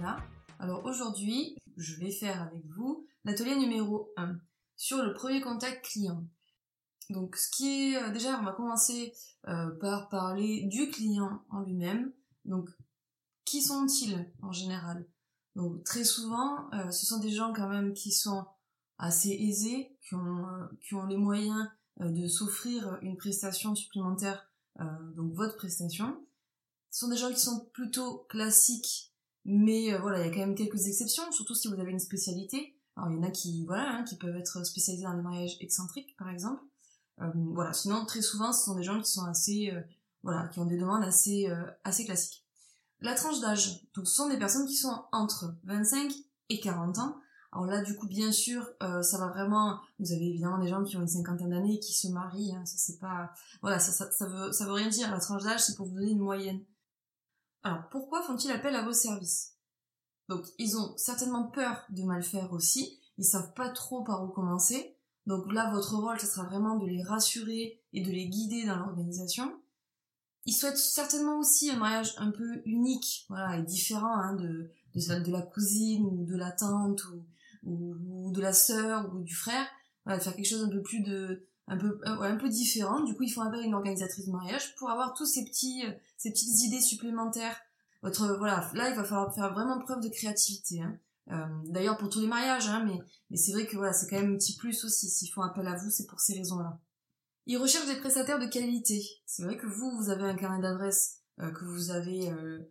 Daniela. Alors aujourd'hui, je vais faire avec vous l'atelier numéro 1 sur le premier contact client. Donc déjà, on va commencer par parler du client en lui-même. Donc, qui sont-ils en général? Donc très souvent, ce sont des gens quand même qui sont assez aisés, qui ont les moyens de s'offrir une prestation supplémentaire, donc votre prestation. Ce sont des gens qui sont plutôt classiques, mais voilà, il y a quand même quelques exceptions, surtout si vous avez une spécialité. Alors il y en a qui peuvent être spécialisés dans les mariages excentriques, par exemple. Voilà, sinon très souvent, ce sont des gens qui sont assez, qui ont des demandes assez classiques. La tranche d'âge, donc ce sont des personnes qui sont entre 25 et 40 ans. Alors là, du coup, bien sûr, ça va vraiment... Vous avez évidemment des gens qui ont une cinquantaine d'années et qui se marient, hein, ça c'est pas... Voilà, ça veut rien dire, la tranche d'âge, c'est pour vous donner une moyenne. Alors, pourquoi font-ils appel à vos services? Donc, ils ont certainement peur de mal faire aussi, ils savent pas trop par où commencer. Donc là, votre rôle, ça sera vraiment de les rassurer et de les guider dans l'organisation. Ils souhaitent certainement aussi un mariage un peu unique, voilà, et différent de la cousine ou de la tante ou de la sœur ou du frère. Voilà, de faire quelque chose un peu différent. Du coup, ils font appel à une organisatrice de mariage pour avoir tous ces petites idées supplémentaires. Là, il va falloir faire vraiment preuve de créativité, hein. D'ailleurs, pour tous les mariages, hein, mais c'est vrai que voilà, c'est quand même un petit plus aussi. S'ils font appel à vous, c'est pour ces raisons-là. Ils recherchent des prestataires de qualité. C'est vrai que vous avez un carnet d'adresses que vous avez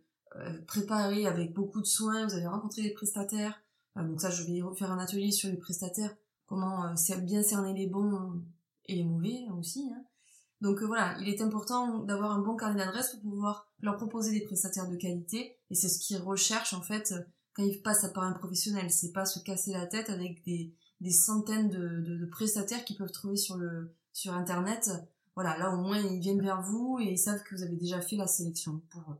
préparé avec beaucoup de soin, vous avez rencontré des prestataires. Donc ça, je vais refaire un atelier sur les prestataires, comment bien cerner les bons et les mauvais aussi, hein. Donc voilà, il est important d'avoir un bon carnet d'adresses pour pouvoir leur proposer des prestataires de qualité, et c'est ce qu'ils recherchent en fait quand ils passent par un professionnel. C'est pas se casser la tête avec des centaines de prestataires qu'ils peuvent trouver sur internet. Voilà, là au moins ils viennent vers vous et ils savent que vous avez déjà fait la sélection pour eux.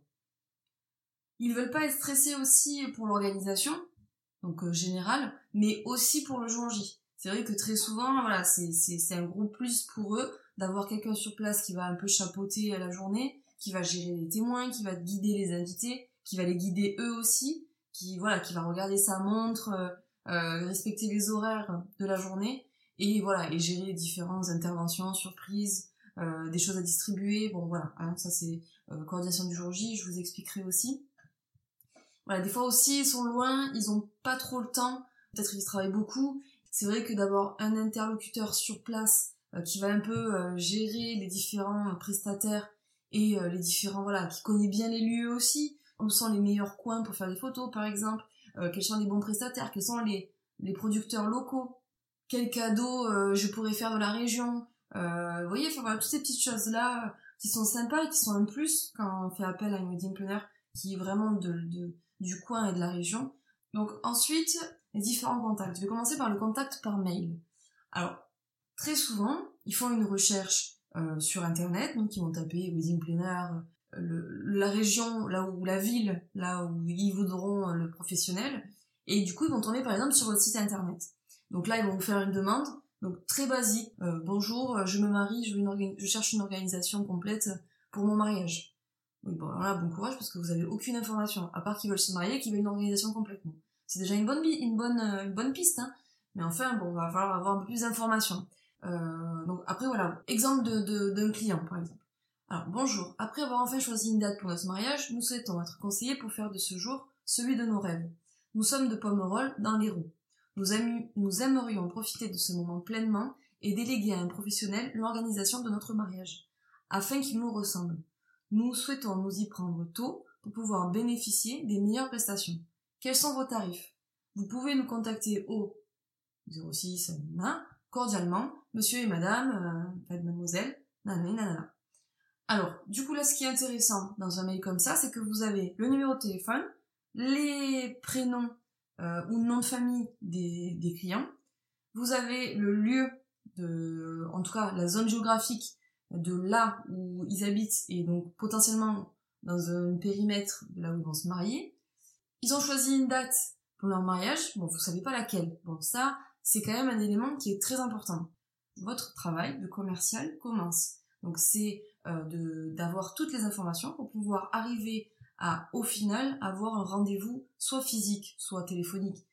Ils veulent pas être stressés aussi pour l'organisation, donc générale, mais aussi pour le jour J. C'est vrai que très souvent, voilà, c'est un gros plus pour eux d'avoir quelqu'un sur place qui va un peu chapeauter la journée, qui va gérer les témoins, qui va guider les invités, qui va les guider eux aussi, qui va regarder sa montre, respecter les horaires de la journée, et voilà, et gérer les différentes interventions, surprises, des choses à distribuer. Bon voilà, hein, ça c'est coordination du jour J, je vous expliquerai aussi. Voilà, des fois aussi ils sont loin, ils ont pas trop le temps, peut-être qu'ils travaillent beaucoup. C'est vrai que d'avoir un interlocuteur sur place qui va un peu gérer les différents prestataires et les différents, voilà, qui connaît bien les lieux aussi, où sont les meilleurs coins pour faire des photos par exemple, quels sont les bons prestataires, quels sont les producteurs locaux, quels cadeaux je pourrais faire de la région, vous voyez, enfin voilà, toutes ces petites choses là qui sont sympas et qui sont un plus quand on fait appel à une wedding planner qui est vraiment du coin et de la région. Donc ensuite, les différents contacts. Je vais commencer par le contact par mail. Alors, très souvent, ils font une recherche sur internet, donc ils vont taper wedding planner, la région, là où la ville, là où ils voudront le professionnel, et du coup ils vont tomber par exemple sur votre site internet. Donc là ils vont vous faire une demande, donc très basique. Bonjour, je me marie, je cherche une organisation complète pour mon mariage. Oui, bon, alors là, bon courage parce que vous avez aucune information, à part qu'ils veulent se marier et qu'ils veulent une organisation complètement. C'est déjà une bonne piste, hein. Mais enfin, bon, va falloir avoir un peu plus d'informations. Donc après, voilà, exemple d'un client, par exemple. Alors, bonjour, après avoir enfin choisi une date pour notre mariage, nous souhaitons être conseillés pour faire de ce jour celui de nos rêves. Nous sommes de Pomerol, dans l'Hérault. Nous aimerions profiter de ce moment pleinement et déléguer à un professionnel l'organisation de notre mariage, afin qu'il nous ressemble. Nous souhaitons nous y prendre tôt pour pouvoir bénéficier des meilleures prestations. Quels sont vos tarifs? Vous pouvez nous contacter au 06 cordialement, monsieur et madame, mademoiselle, nanana. Alors, du coup là, ce qui est intéressant dans un mail comme ça, c'est que vous avez le numéro de téléphone, les prénoms ou nom de famille des clients, vous avez le lieu en tout cas la zone géographique de là où ils habitent et donc potentiellement dans un périmètre de là où ils vont se marier. Ils ont choisi une date pour leur mariage, bon vous savez pas laquelle. Bon ça c'est quand même un élément qui est très important. Votre travail de commercial commence. Donc c'est d'avoir toutes les informations pour pouvoir arriver à, au final, avoir un rendez-vous soit physique, soit téléphonique,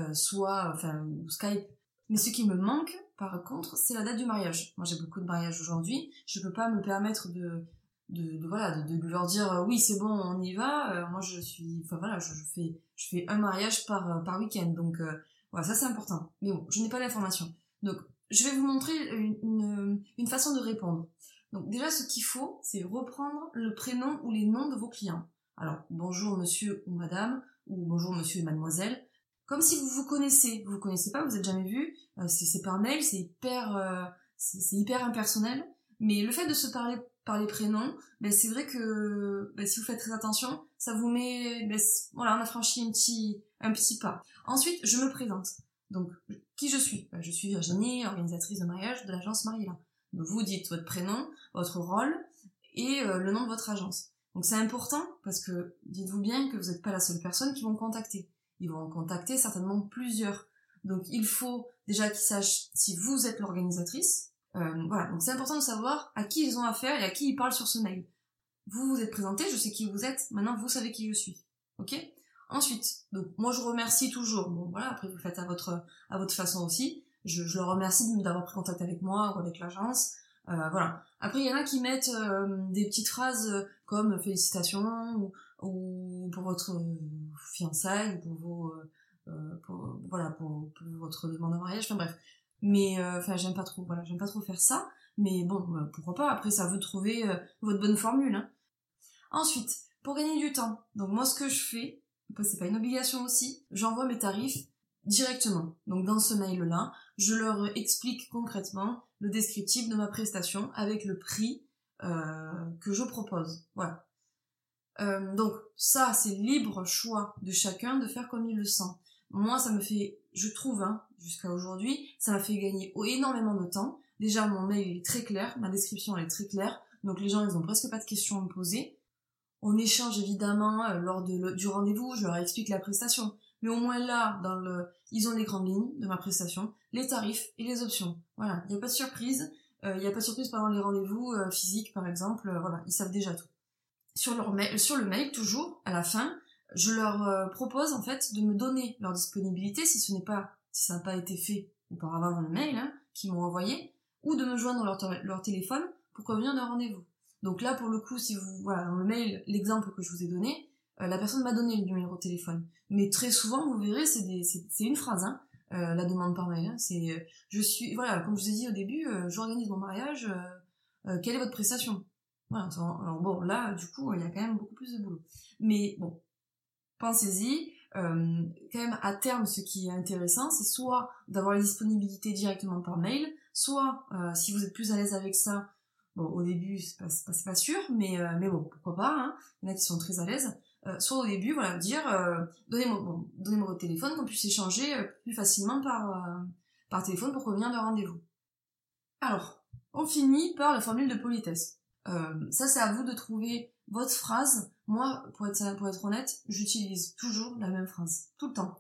ou Skype. Mais ce qui me manque, par contre, c'est la date du mariage. Moi, j'ai beaucoup de mariages aujourd'hui. Je peux pas me permettre de leur dire oui, c'est bon, on y va. Moi, je fais un mariage par week-end. Donc, voilà, ça c'est important. Mais bon, je n'ai pas l'information. Donc, je vais vous montrer une façon de répondre. Donc, déjà, ce qu'il faut, c'est reprendre le prénom ou les noms de vos clients. Alors, bonjour monsieur ou madame, ou bonjour monsieur et mademoiselle. Comme si vous vous connaissez. Vous vous connaissez pas, vous êtes jamais vu. C'est par mail, c'est hyper impersonnel. Mais le fait de se parler par les prénoms, c'est vrai que si vous faites très attention, ça vous met... on a franchi un petit pas. Ensuite, je me présente. Donc, qui je suis ? Je suis Virginie, organisatrice de mariage de l'agence Mariella. Donc, vous dites votre prénom, votre rôle et le nom de votre agence. Donc, c'est important parce que dites-vous bien que vous n'êtes pas la seule personne qu'ils vont contacter. Ils vont en contacter certainement plusieurs. Donc, il faut déjà qu'ils sachent si vous êtes l'organisatrice. Donc c'est important de savoir à qui ils ont affaire et à qui ils parlent sur ce mail. Vous vous êtes présenté, je sais qui vous êtes, maintenant vous savez qui je suis. Ok ? Ensuite, donc moi je remercie toujours. Bon voilà, après vous le faites à votre façon aussi. Je leur remercie d'avoir pris contact avec moi ou avec l'agence. Voilà. Après il y en a qui mettent des petites phrases comme félicitations ou pour votre fiançailles ou pour votre demande en mariage. Enfin bref. Mais j'aime pas trop faire ça, mais bon, pourquoi pas, après ça vous de trouver votre bonne formule, hein. Ensuite, pour gagner du temps, donc moi ce que je fais, c'est pas une obligation aussi, j'envoie mes tarifs directement. Donc dans ce mail-là, je leur explique concrètement le descriptif de ma prestation avec le prix que je propose. Voilà. Donc ça, c'est libre choix de chacun de faire comme il le sent. Moi, ça me fait, je trouve, jusqu'à aujourd'hui, ça m'a fait gagner énormément de temps. Déjà, mon mail est très clair, ma description elle est très claire, donc les gens, ils ont presque pas de questions à me poser. On échange évidemment lors du rendez-vous, je leur explique la prestation. Mais au moins là, ils ont les grandes lignes de ma prestation, les tarifs et les options. Voilà, il n'y a pas de surprise. Il n'y a pas de surprise pendant les rendez-vous physiques, par exemple. Voilà, ils savent déjà tout. Sur le mail, toujours, à la fin, je leur propose en fait de me donner leur disponibilité si ça n'a pas été fait auparavant dans le mail qu'ils m'ont envoyé, ou de me joindre leur téléphone pour convenir d'un rendez-vous. Donc là, pour le coup, dans le mail, l'exemple que je vous ai donné, la personne m'a donné le numéro de téléphone. Mais très souvent, vous verrez, c'est une phrase, la demande par mail. C'est, comme je vous ai dit au début, j'organise mon mariage, quelle est votre prestation ? Voilà, alors bon, là, du coup, il y a quand même beaucoup plus de boulot. Mais bon, pensez-y, quand même, à terme, ce qui est intéressant, c'est soit d'avoir la disponibilité directement par mail, soit, si vous êtes plus à l'aise avec ça, bon, au début, c'est pas sûr, mais bon, pourquoi pas, il y en a qui sont très à l'aise, soit au début, voilà, dire, donnez-moi votre téléphone, qu'on puisse échanger plus facilement par téléphone pour convenir de rendez-vous. Alors, on finit par la formule de politesse. Ça, c'est à vous de trouver votre phrase. Moi, pour être honnête, j'utilise toujours la même phrase, tout le temps.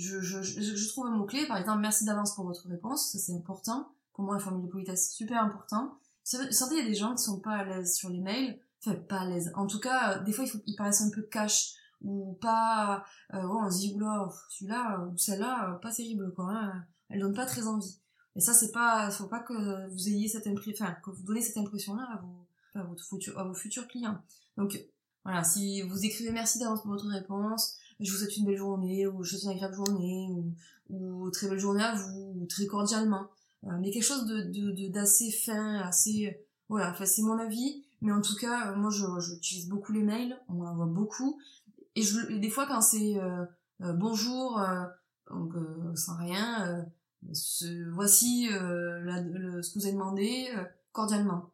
Je trouve un mot-clé, par exemple, merci d'avance pour votre réponse, ça c'est important. Pour moi, la formule de politesse, c'est super important. Vous savez, il y a des gens qui sont pas à l'aise sur les mails, enfin, pas à l'aise. En tout cas, des fois, ils paraissent un peu cash, ou pas, on se dit, oula, celui-là, ou celle-là, pas terrible, quoi, elle donne pas très envie. Et ça, faut pas que vous ayez que vous donnez cette impression-là à vos futurs clients. Donc, voilà, si vous écrivez merci d'avance pour votre réponse, je vous souhaite une belle journée, ou je vous souhaite une agréable journée, ou très belle journée à vous, ou très cordialement. Mais quelque chose d'assez fin, assez, voilà, enfin, c'est mon avis, mais en tout cas, moi, j'utilise beaucoup les mails, on m'en envoie beaucoup, et des fois, quand c'est, bonjour, donc, sans rien, voici, ce que vous avez demandé, cordialement.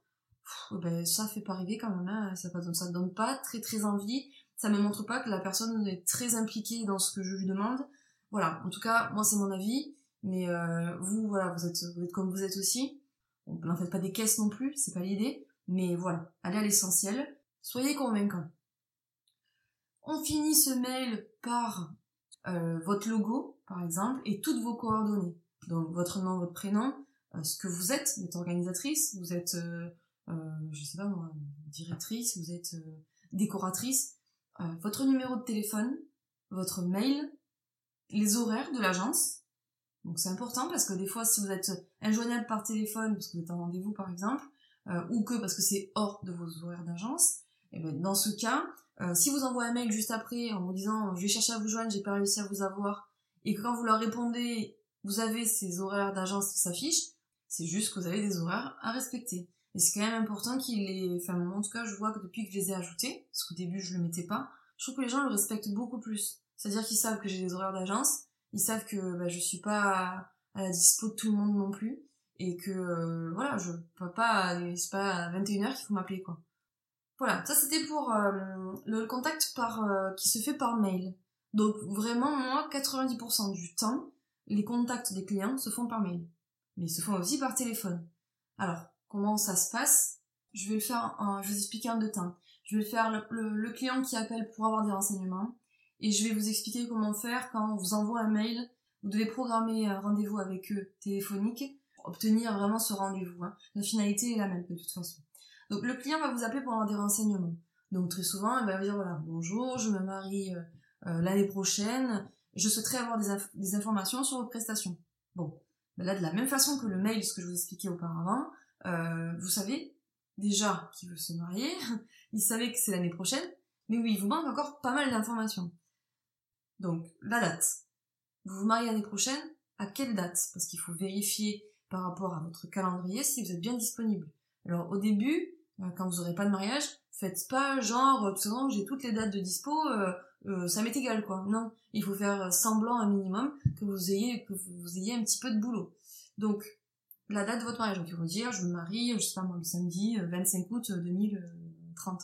Ça fait pas rêver quand même, ça donne pas très très envie, ça me montre pas que la personne est très impliquée dans ce que je lui demande. Voilà, en tout cas, moi c'est mon avis, mais vous êtes comme vous êtes aussi. Bon, n'en faites pas des caisses non plus, c'est pas l'idée, mais voilà, allez à l'essentiel, soyez convaincants. On finit ce mail par votre logo, par exemple, et toutes vos coordonnées. Donc votre nom, votre prénom, ce que vous êtes organisatrice, vous êtes je sais pas moi, directrice, vous êtes décoratrice. votre numéro de téléphone, votre mail, les horaires de l'agence. Donc c'est important parce que des fois, si vous êtes injoignable par téléphone, parce que vous êtes en rendez-vous par exemple, ou que parce que c'est hors de vos horaires d'agence, et ben dans ce cas, si vous envoie un mail juste après en vous disant je vais chercher à vous joindre, j'ai pas réussi à vous avoir, et que quand vous leur répondez, vous avez ces horaires d'agence qui s'affichent, c'est juste que vous avez des horaires à respecter. Et c'est quand même important en tout cas, je vois que depuis que je les ai ajoutés, parce qu'au début je le mettais pas, je trouve que les gens le respectent beaucoup plus. C'est-à-dire qu'ils savent que j'ai des horaires d'agence, ils savent que je suis pas à la dispo de tout le monde non plus, et que je peux pas, c'est pas à 21h qu'il faut m'appeler quoi. Voilà, ça c'était pour le contact qui se fait par mail. Donc vraiment moi 90% du temps, les contacts des clients se font par mail. Mais ils se font aussi par téléphone. Alors, comment ça se passe? Je vais vous expliquer en deux temps. Je vais faire le client qui appelle pour avoir des renseignements, et je vais vous expliquer comment faire quand on vous envoie un mail. Vous devez programmer un rendez-vous avec eux téléphonique pour obtenir vraiment ce rendez-vous. La finalité est la même de toute façon. Donc le client va vous appeler pour avoir des renseignements. Donc très souvent, il va vous dire voilà, bonjour, je me marie l'année prochaine, je souhaiterais avoir des informations sur vos prestations. Bon, là de la même façon que le mail, ce que je vous expliquais auparavant, vous savez déjà qu'il veut se marier, il savait que c'est l'année prochaine, mais oui, il vous manque encore pas mal d'informations. Donc la date. Vous vous mariez l'année prochaine, à quelle date? Parce qu'il faut vérifier par rapport à votre calendrier si vous êtes bien disponible. Alors au début, quand vous n'aurez pas de mariage, faites pas genre, de toute façon j'ai toutes les dates de dispo, ça m'est égal quoi. Non, il faut faire semblant un minimum que vous ayez un petit peu de boulot. Donc la date de votre mariage, donc ils vont dire je me marie, je sais pas moi, le samedi 25 août 2030.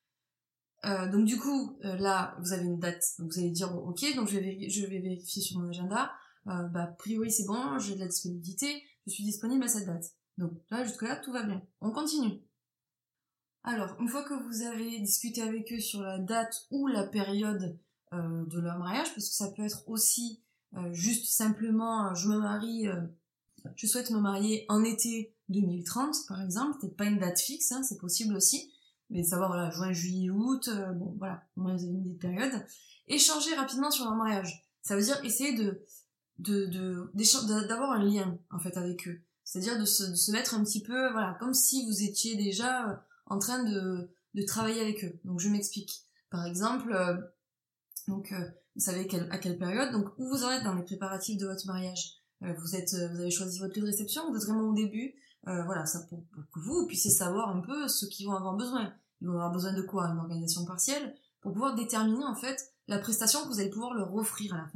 Donc du coup, là, vous avez une date, donc vous allez dire bon, ok, donc je vais vérifier sur mon agenda, a priori c'est bon, j'ai de la disponibilité, je suis disponible à cette date. Donc là, jusque là, tout va bien. On continue. Alors, une fois que vous avez discuté avec eux sur la date ou la période de leur mariage, parce que ça peut être aussi juste simplement je souhaite me marier en été 2030 par exemple, peut-être pas une date fixe, c'est possible aussi, mais de savoir voilà, juin, juillet, août, voilà, au moins vous avez une idée de période. Échanger rapidement sur leur mariage, ça veut dire essayer d'avoir un lien en fait avec eux, c'est-à-dire de se mettre un petit peu voilà, comme si vous étiez déjà en train de travailler avec eux. Donc je m'explique. Par exemple, vous savez à quelle période, donc où vous en êtes dans les préparatifs de votre mariage. Vous avez choisi votre lieu de réception, vous êtes vraiment au début, voilà, ça pour que vous puissiez savoir un peu ce qu'ils vont avoir besoin. Ils vont avoir besoin de quoi? Une organisation partielle pour pouvoir déterminer en fait la prestation que vous allez pouvoir leur offrir à la fin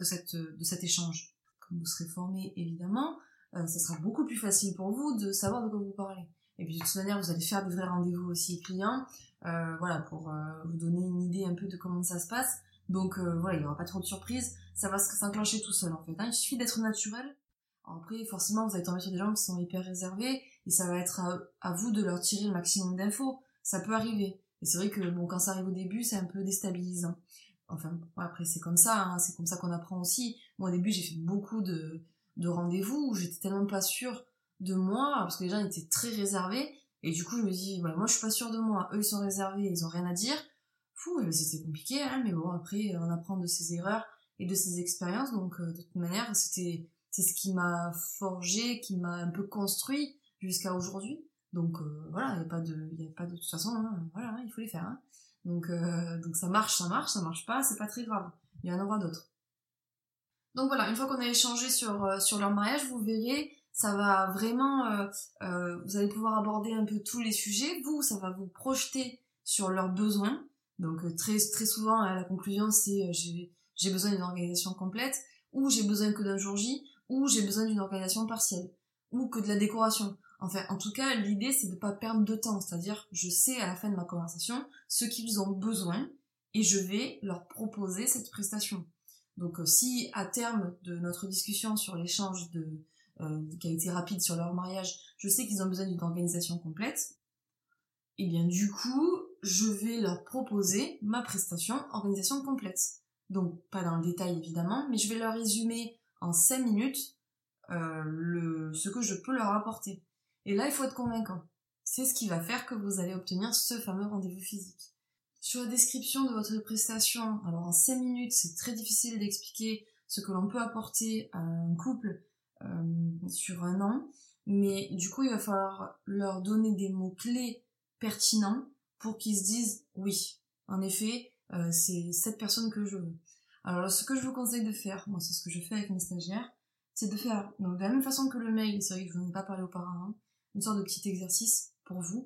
de cet échange. Comme vous serez formé évidemment, ça sera beaucoup plus facile pour vous de savoir de quoi vous parlez. Et puis de toute manière, vous allez faire des vrais rendez-vous aussi clients, voilà, pour vous donner une idée un peu de comment ça se passe. Donc voilà, il n'y aura pas trop de surprises, ça va s'enclencher tout seul en fait. Il suffit d'être naturel. Alors, après, forcément, vous allez tomber sur des gens qui sont hyper réservés, et ça va être à vous de leur tirer le maximum d'infos. Ça peut arriver. Et c'est vrai que bon, quand ça arrive au début, c'est un peu déstabilisant. Enfin, après c'est comme ça, c'est comme ça qu'on apprend aussi. Moi au début, j'ai fait beaucoup de rendez-vous où j'étais tellement pas sûre de moi, parce que les gens étaient très réservés, et du coup je me dis, moi je suis pas sûre de moi, eux ils sont réservés, ils ont rien à dire. C'était compliqué, mais bon, après on apprend de ses erreurs et de ses expériences, donc de toute manière c'est ce qui m'a forgé, qui m'a un peu construit jusqu'à aujourd'hui. Donc voilà, il y a pas de toute façon, voilà, il faut les faire. Donc ça marche pas, c'est pas très grave. Il y en aura d'autres. Donc voilà, une fois qu'on a échangé sur leur mariage, vous verrez, ça va vraiment, vous allez pouvoir aborder un peu tous les sujets. Ça va vous projeter sur leurs besoins. Donc très très souvent, la conclusion c'est j'ai besoin d'une organisation complète, ou j'ai besoin que d'un jour J, ou j'ai besoin d'une organisation partielle, ou que de la décoration. Enfin, en tout cas, l'idée c'est de pas perdre de temps, c'est-à-dire je sais à la fin de ma conversation ce qu'ils ont besoin et je vais leur proposer cette prestation. Donc si à terme de notre discussion sur l'échange qui a été rapide sur leur mariage, je sais qu'ils ont besoin d'une organisation complète, et bien du coup, je vais leur proposer ma prestation organisation complète. Donc pas dans le détail évidemment, mais je vais leur résumer en 5 minutes ce que je peux leur apporter. Et là, il faut être convaincant. C'est ce qui va faire que vous allez obtenir ce fameux rendez-vous physique. Sur la description de votre prestation, alors en 5 minutes, c'est très difficile d'expliquer ce que l'on peut apporter à un couple sur un an, mais du coup, il va falloir leur donner des mots-clés pertinents pour qu'ils se disent « oui, en effet, c'est cette personne que je veux ». Alors, ce que je vous conseille de faire, moi c'est ce que je fais avec mes stagiaires, c'est de faire, donc de la même façon que le mail, c'est vrai que je vous en ai pas parlé auparavant, une sorte de petit exercice pour vous.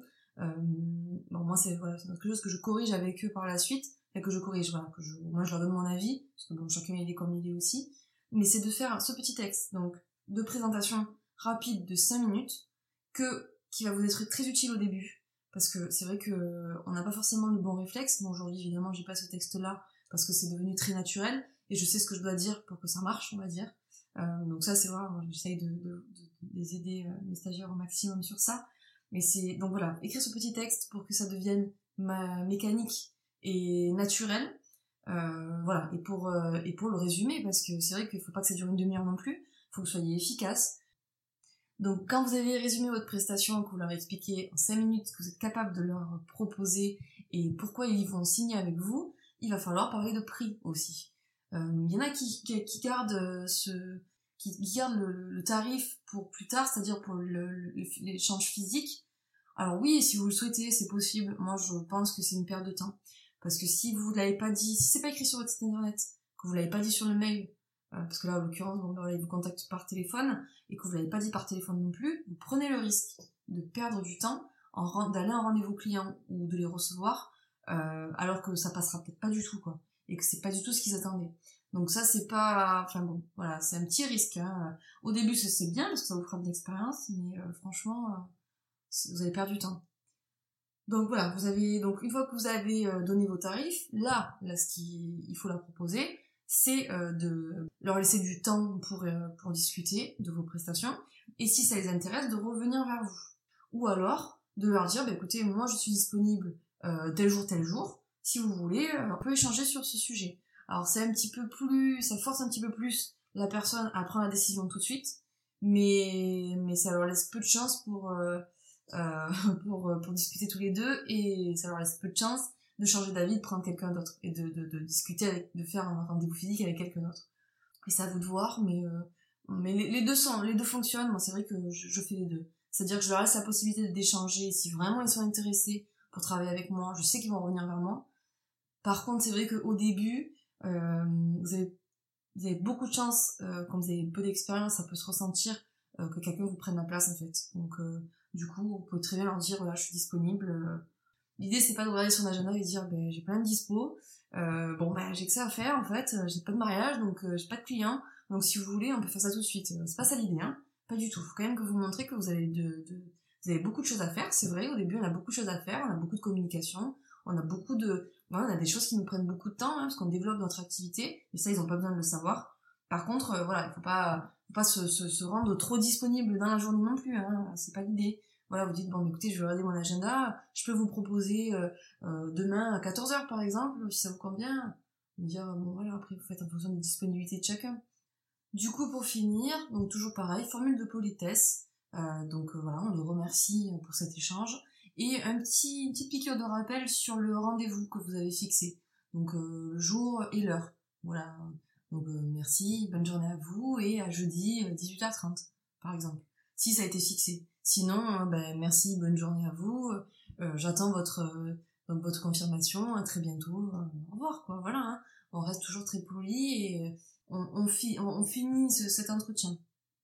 Bon, moi c'est quelque chose que je corrige avec eux par la suite, et que je corrige, voilà, moi je leur donne mon avis, parce que bon, chacun il est comme il est aussi, mais c'est de faire ce petit texte, donc de présentation rapide de 5 minutes, qui va vous être très utile au début, parce que c'est vrai que on n'a pas forcément de bons réflexes. Bon, aujourd'hui évidemment j'ai pas ce texte là, parce que c'est devenu très naturel, et je sais ce que je dois dire pour que ça marche, on va dire. Donc ça c'est vrai, moi j'essaye de les aider mes stagiaires au maximum sur ça. Mais c'est donc voilà, écrire ce petit texte pour que ça devienne mécanique et naturel, voilà, et pour le résumer, parce que c'est vrai qu'il faut pas que ça dure une demi-heure non plus, faut que vous soyez efficace. Donc quand vous avez résumé votre prestation, que vous leur expliquez en 5 minutes ce que vous êtes capable de leur proposer et pourquoi ils vont signer avec vous, il va falloir parler de prix aussi. Il y en a qui gardent qui gardent le tarif pour plus tard, c'est-à-dire pour l'échange physique. Alors oui, si vous le souhaitez, c'est possible. Moi, je pense que c'est une perte de temps. Parce que si vous l'avez pas dit, si c'est pas écrit sur votre site internet, que vous l'avez pas dit sur le mail, parce que là, en l'occurrence, bon, ben, vous contacte par téléphone, et que vous l'avez pas dit par téléphone non plus, vous prenez le risque de perdre du temps, d'aller en rendez-vous client ou de les recevoir, alors que ça passera peut-être pas du tout, quoi. Et que c'est pas du tout ce qu'ils attendaient. Donc ça, c'est pas... Enfin bon, voilà, c'est un petit risque, hein. Au début, c'est bien, parce que ça vous fera de l'expérience, mais franchement, vous allez perdre du temps. Donc voilà, donc une fois que vous avez donné vos tarifs, là ce qu'il faut leur proposer, c'est de leur laisser du temps pour discuter de vos prestations, et si ça les intéresse, de revenir vers vous. Ou alors, de leur dire, bah, écoutez, moi je suis disponible tel jour, si vous voulez, on peut échanger sur ce sujet. Alors ça force un petit peu plus la personne à prendre la décision tout de suite, mais ça leur laisse peu de chance pour discuter tous les deux, et ça leur laisse peu de chance de changer d'avis, de prendre quelqu'un d'autre, et de discuter de faire un rendez-vous physique avec quelqu'un d'autre. Et c'est à vous de voir, mais les deux fonctionnent. Moi, c'est vrai que je fais les deux. C'est-à-dire que je leur laisse la possibilité d'échanger, si vraiment ils sont intéressés pour travailler avec moi, je sais qu'ils vont revenir vers moi. Par contre, c'est vrai qu'au début, vous avez beaucoup de chance, quand vous avez peu d'expérience, ça peut se ressentir que quelqu'un vous prenne la place, en fait. Donc, du coup, vous pouvez très bien leur dire, voilà, je suis disponible. L'idée, c'est pas de regarder son agenda et de dire, ben, j'ai plein de dispo. Bon, ben, j'ai que ça à faire, en fait. J'ai pas de mariage, donc j'ai pas de clients. Donc, si vous voulez, on peut faire ça tout de suite. C'est pas ça l'idée, hein. Pas du tout. Faut quand même que vous montrez que vous avez vous avez beaucoup de choses à faire. C'est vrai, au début, on a beaucoup de choses à faire. On a beaucoup de communication. On a on a des choses qui nous prennent beaucoup de temps, hein, parce qu'on développe notre activité. Et ça, ils ont pas besoin de le savoir. Par contre, voilà, il faut pas se rendre trop disponible dans la journée non plus, hein. C'est pas l'idée. Voilà, vous dites, bon, écoutez, je vais regarder mon agenda, je peux vous proposer demain à 14h par exemple, si ça vous convient. Vous dire, bon voilà, après vous faites en fonction des disponibilités de chacun. Du coup, pour finir, donc toujours pareil, formule de politesse. Voilà, on les remercie pour cet échange. Et une petite piqûre de rappel sur le rendez-vous que vous avez fixé. Donc le jour et l'heure. Voilà. Donc merci, bonne journée à vous, et à jeudi 18h30, par exemple. Si ça a été fixé. Sinon, merci, bonne journée à vous. J'attends votre confirmation. À très bientôt. Au revoir, quoi. Voilà. Hein. On reste toujours très poli, et on finit cet entretien.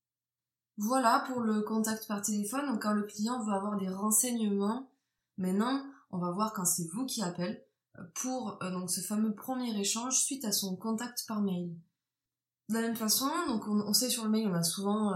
Voilà pour le contact par téléphone. Donc quand le client veut avoir des renseignements, maintenant, on va voir quand c'est vous qui appelez pour donc ce fameux premier échange suite à son contact par mail. De la même façon, donc on sait sur le mail, on a souvent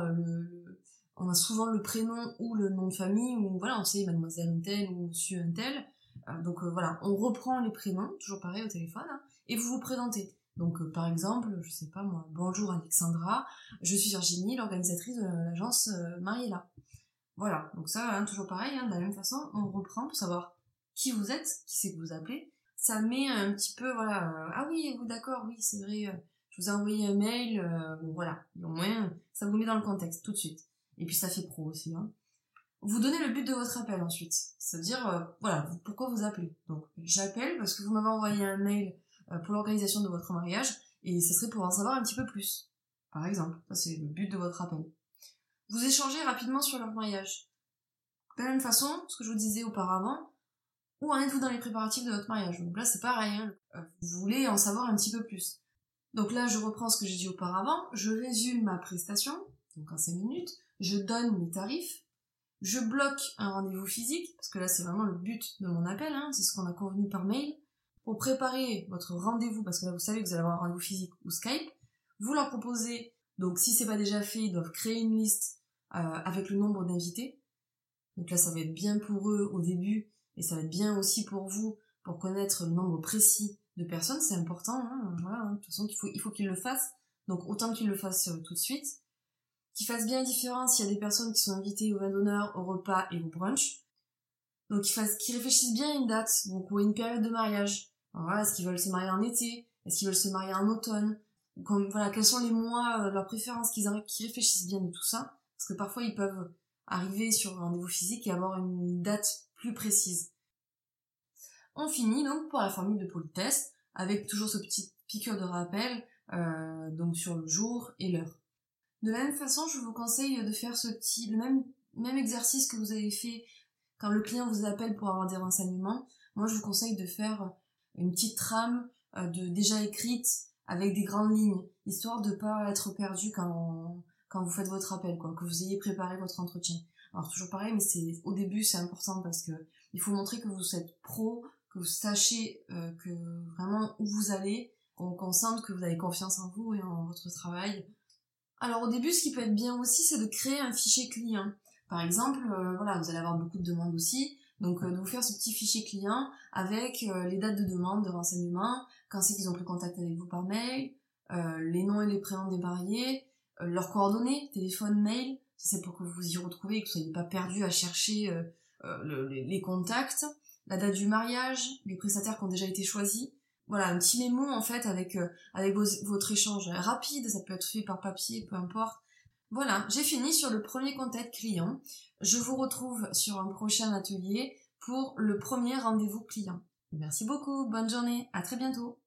le prénom ou le nom de famille, ou voilà, on sait mademoiselle un tel ou monsieur un tel. Voilà, on reprend les prénoms, toujours pareil au téléphone, hein, et vous vous présentez. Donc par exemple, je sais pas moi, bonjour Alexandra, je suis Virginie, l'organisatrice de l'agence Mariella. Voilà, donc ça, hein, toujours pareil, hein, de la même façon, on reprend pour savoir qui vous êtes, qui c'est que vous appelez. Ça met un petit peu, voilà, ah oui, vous d'accord, oui, c'est vrai, je vous ai envoyé un mail, bon voilà, et au moins, ça vous met dans le contexte tout de suite. Et puis ça fait pro aussi, hein. Vous donnez le but de votre appel ensuite, c'est-à-dire, voilà, pourquoi vous appelez. Donc, j'appelle parce que vous m'avez envoyé un mail pour l'organisation de votre mariage, et ça serait pour en savoir un petit peu plus. Par exemple, ça c'est le but de votre appel. Vous échangez rapidement sur leur mariage. De la même façon, ce que je vous disais auparavant, où en êtes-vous dans les préparatifs de votre mariage? Donc là, c'est pareil, hein, vous voulez en savoir un petit peu plus. Donc là, je reprends ce que j'ai dit auparavant, je résume ma prestation, donc en 5 minutes, je donne mes tarifs, je bloque un rendez-vous physique, parce que là, c'est vraiment le but de mon appel, hein, c'est ce qu'on a convenu par mail. Pour préparer votre rendez-vous, parce que là, vous savez que vous allez avoir un rendez-vous physique ou Skype, vous leur proposez, donc si c'est pas déjà fait, ils doivent créer une liste avec le nombre d'invités. Donc là, ça va être bien pour eux au début, et ça va être bien aussi pour vous, pour connaître le nombre précis de personnes, c'est important, hein, voilà, hein, de toute façon, il faut qu'ils le fassent, donc autant qu'ils le fassent tout de suite. Qu'ils fassent bien la différence s'il y a des personnes qui sont invitées au vin d'honneur, au repas et au brunch. Donc qu'ils réfléchissent bien à une date, donc ou à une période de mariage. Alors voilà, est-ce qu'ils veulent se marier en été? Est-ce qu'ils veulent se marier en automne? Comme, voilà, quels sont les mois, leurs préférences, qu'ils réfléchissent bien de tout ça, parce que parfois ils peuvent arriver sur un rendez-vous physique et avoir une date plus précise. On finit donc pour la formule de politesse, avec toujours ce petit piqûre de rappel, donc sur le jour et l'heure. De la même façon, je vous conseille de faire le même exercice que vous avez fait quand le client vous appelle pour avoir des renseignements. Moi, je vous conseille de faire une petite trame déjà écrite avec des grandes lignes, histoire de pas être perdu quand vous faites votre appel, quoi, que vous ayez préparé votre entretien. Alors toujours pareil, mais au début c'est important parce que il faut montrer que vous êtes pro, que vous sachez que vraiment où vous allez, qu'on sente que vous avez confiance en vous et en votre travail. Alors au début, ce qui peut être bien aussi, c'est de créer un fichier client. Par exemple, voilà, vous allez avoir beaucoup de demandes aussi, donc de vous faire ce petit fichier client avec les dates de demande, de renseignements, quand c'est qu'ils ont pris contact avec vous par mail, les noms et les prénoms des mariés, leurs coordonnées, téléphone, mail, ça c'est pour que vous vous y retrouvez et que vous ne soyez pas perdu à chercher les contacts, la date du mariage, les prestataires qui ont déjà été choisis. Voilà, un petit mémo en fait avec votre échange rapide, ça peut être fait par papier, peu importe. Voilà, j'ai fini sur le premier contact client. Je vous retrouve sur un prochain atelier pour le premier rendez-vous client. Merci beaucoup, bonne journée, à très bientôt.